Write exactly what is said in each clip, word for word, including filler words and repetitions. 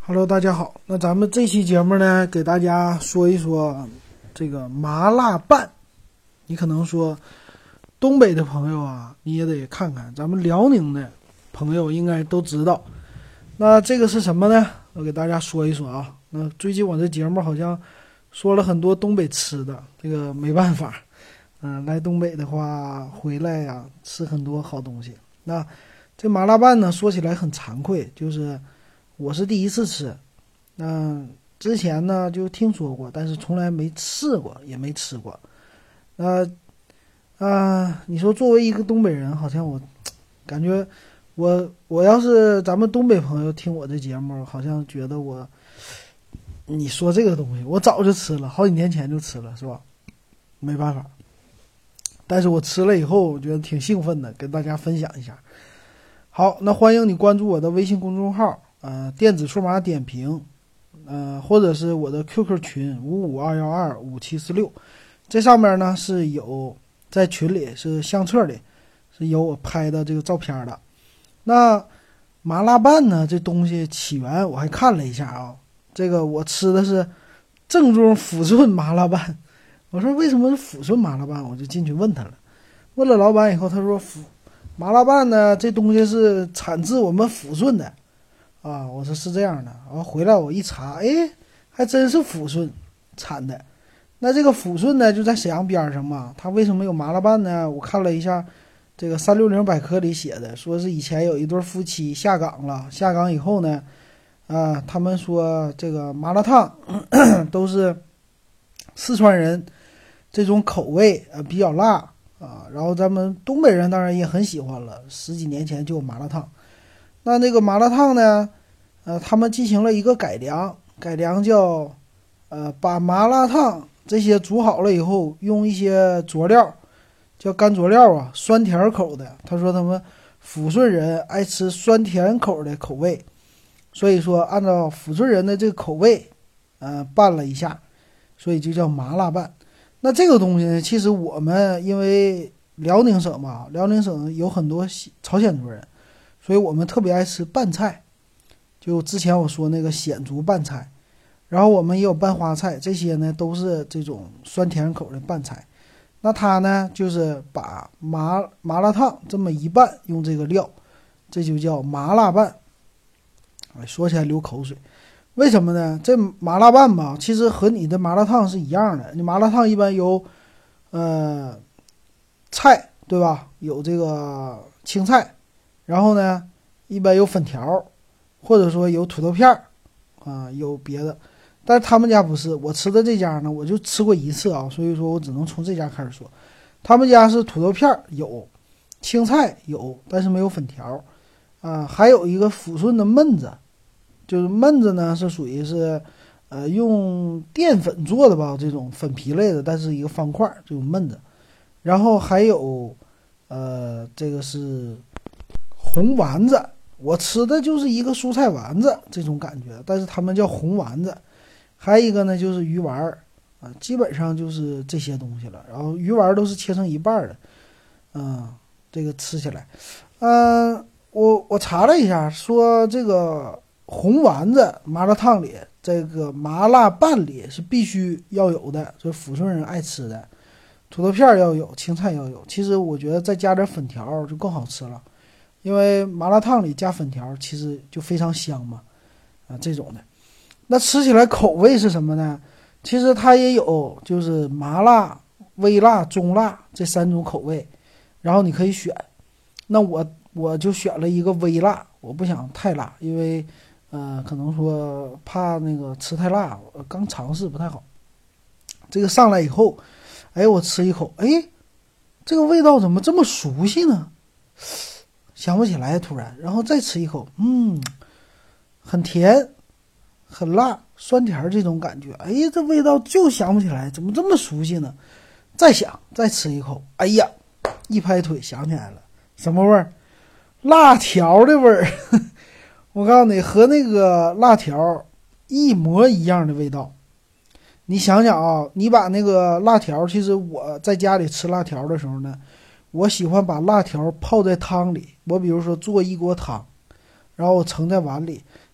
Hello，大家好。那咱们这期节目呢，给大家说一说这个麻辣拌。你可能说东北的朋友啊，你也得看看，咱们辽宁的朋友应该都知道。那这个是什么呢？我给大家说一说啊。那最近我这节目好像说了很多东北吃的，这个没办法。嗯、呃，来东北的话，回来呀、啊、吃很多好东西。那这麻辣拌呢，说起来很惭愧，就是我是第一次吃。那之前呢就听说过，但是从来没试过，也没吃过。那啊、呃，你说作为一个东北人，好像我感觉我我要是咱们东北朋友听我这节目，好像觉得我你说这个东西，我早就吃了，好几年前就吃了，是吧？没办法。但是我吃了以后，我觉得挺兴奋的，跟大家分享一下。好，那欢迎你关注我的微信公众号，呃，电子数码点评，呃，或者是我的 Q Q 群五五二幺二五七四六，这上面呢是有在群里是相册里是有我拍的这个照片的。那麻辣拌呢，这东西起源我还看了一下啊，这个我吃的是正宗抚顺麻辣拌。我说为什么是抚顺麻辣拌？我就进去问他了，问了老板以后，他说抚麻辣拌呢，这东西是产自我们抚顺的啊。我说是这样的，然后回来我一查，哎，还真是抚顺产的。那这个抚顺呢，就在沈阳边上嘛，它为什么有麻辣拌呢？我看了一下这个三六零百科里写的，说是以前有一对夫妻下岗了，下岗以后呢，啊，他们说这个麻辣烫咳咳都是四川人这种口味呃比较辣啊，然后咱们东北人当然也很喜欢了，十几年前就有麻辣烫。那那个麻辣烫呢，呃，他们进行了一个改良，改良叫呃把麻辣烫这些煮好了以后，用一些佐料叫干佐料啊，酸甜口的。他说他们抚顺人爱吃酸甜口的口味，所以说按照抚顺人的这个口味，呃，拌了一下，所以就叫麻辣拌。那这个东西呢，其实我们因为辽宁省嘛，辽宁省有很多朝鲜族人，所以我们特别爱吃拌菜。就之前我说那个鲜族拌菜，然后我们也有拌花菜，这些呢都是这种酸甜口的拌菜。那它呢就是把麻麻辣烫这么一拌，用这个料，这就叫麻辣拌。哎，说起来流口水。为什么呢？这麻辣拌吧，其实和你的麻辣烫是一样的。你麻辣烫一般有，呃，菜对吧？有这个青菜，然后呢，一般有粉条，或者说有土豆片儿，啊，有别的。但是他们家不是，我吃的这家呢，我就吃过一次啊，所以说我只能从这家开始说。他们家是土豆片有，青菜有，但是没有粉条，啊，还有一个抚顺的焖子。就是焖子呢是属于是呃用淀粉做的吧，这种粉皮类的，但是一个方块这种焖子。然后还有呃这个是红丸子，我吃的就是一个蔬菜丸子这种感觉，但是他们叫红丸子。还有一个呢就是鱼丸啊，基本上就是这些东西了。然后鱼丸都是切成一半的，嗯，这个吃起来，嗯、呃，我我查了一下，说这个红丸子麻辣烫里，这个麻辣拌里是必须要有的，这抚顺人爱吃的。土豆片要有，青菜要有。其实我觉得再加点粉条就更好吃了，因为麻辣烫里加粉条其实就非常香嘛，啊这种的。那吃起来口味是什么呢？其实它也有，就是麻辣、微辣、中辣这三种口味，然后你可以选。那我我就选了一个微辣，我不想太辣，因为呃，可能说怕那个吃太辣，我刚尝试不太好。这个上来以后，哎，我吃一口，哎，这个味道怎么这么熟悉呢？想不起来，突然，然后再吃一口，嗯，很甜，很辣，酸甜这种感觉，哎呀，这味道就想不起来，怎么这么熟悉呢？再想，再吃一口，哎呀，一拍腿想起来了，什么味儿？辣条的味儿。我告诉你，和那个辣条一模一样的味道。你想想啊，你把那个辣条，其实我在家里吃辣条的时候呢，我喜欢把辣条泡在汤里。我比如说做一锅汤，然后盛在碗里，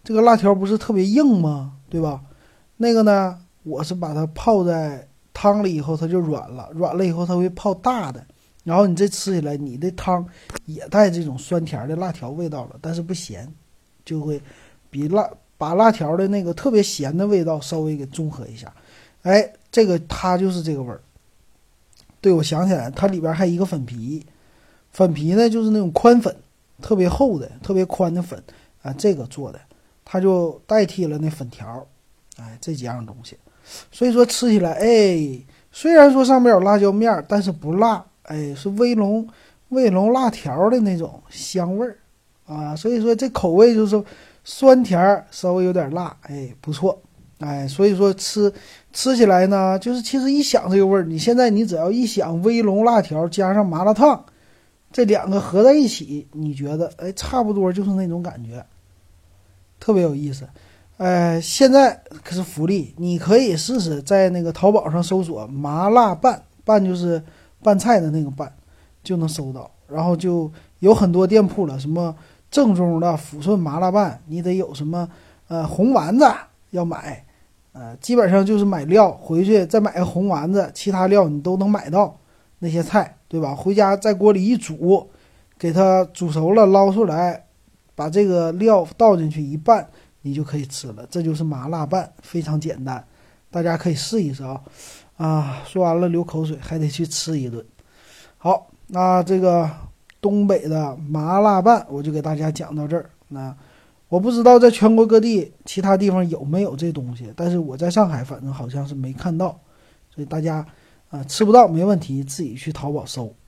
这个辣条不是特别硬吗？对吧？那个呢，我是把它泡在汤里以后，它就软了，软了以后它会泡大的，然后你这吃起来，你的汤也带这种酸甜的辣条味道了，但是不咸，就会比辣把辣条的那个特别咸的味道稍微给中和一下。哎，这个它就是这个味儿。对，我想起来，它里边还有一个粉皮，粉皮呢就是那种宽粉，特别厚的、特别宽的粉啊，这个做的，它就代替了那粉条，哎，这几样东西。所以说吃起来，哎，虽然说上面有辣椒面，但是不辣，哎，是威龙卫龙辣条的那种香味儿啊。所以说这口味就是酸甜，稍微有点辣，哎，不错。哎，所以说吃吃起来呢，就是其实一想这个味儿，你现在你只要一想威龙辣条加上麻辣烫，这两个合在一起，你觉得哎，差不多就是那种感觉，特别有意思。呃，现在可是福利，你可以试试在那个淘宝上搜索麻辣拌，拌就是拌菜的那个拌，就能搜到。然后就有很多店铺了，什么正宗的抚顺麻辣拌，你得有什么呃红丸子要买。呃，基本上就是买料回去再买个红丸子，其他料你都能买到那些菜，对吧？回家在锅里一煮，给它煮熟了捞出来，把这个料倒进去一拌，你就可以吃了。这就是麻辣拌，非常简单，大家可以试一试啊！啊，说完了流口水，还得去吃一顿。好，那这个东北的麻辣拌我就给大家讲到这儿。那我不知道在全国各地其他地方有没有这东西，但是我在上海反正好像是没看到，所以大家啊、呃、吃不到没问题，自己去淘宝搜。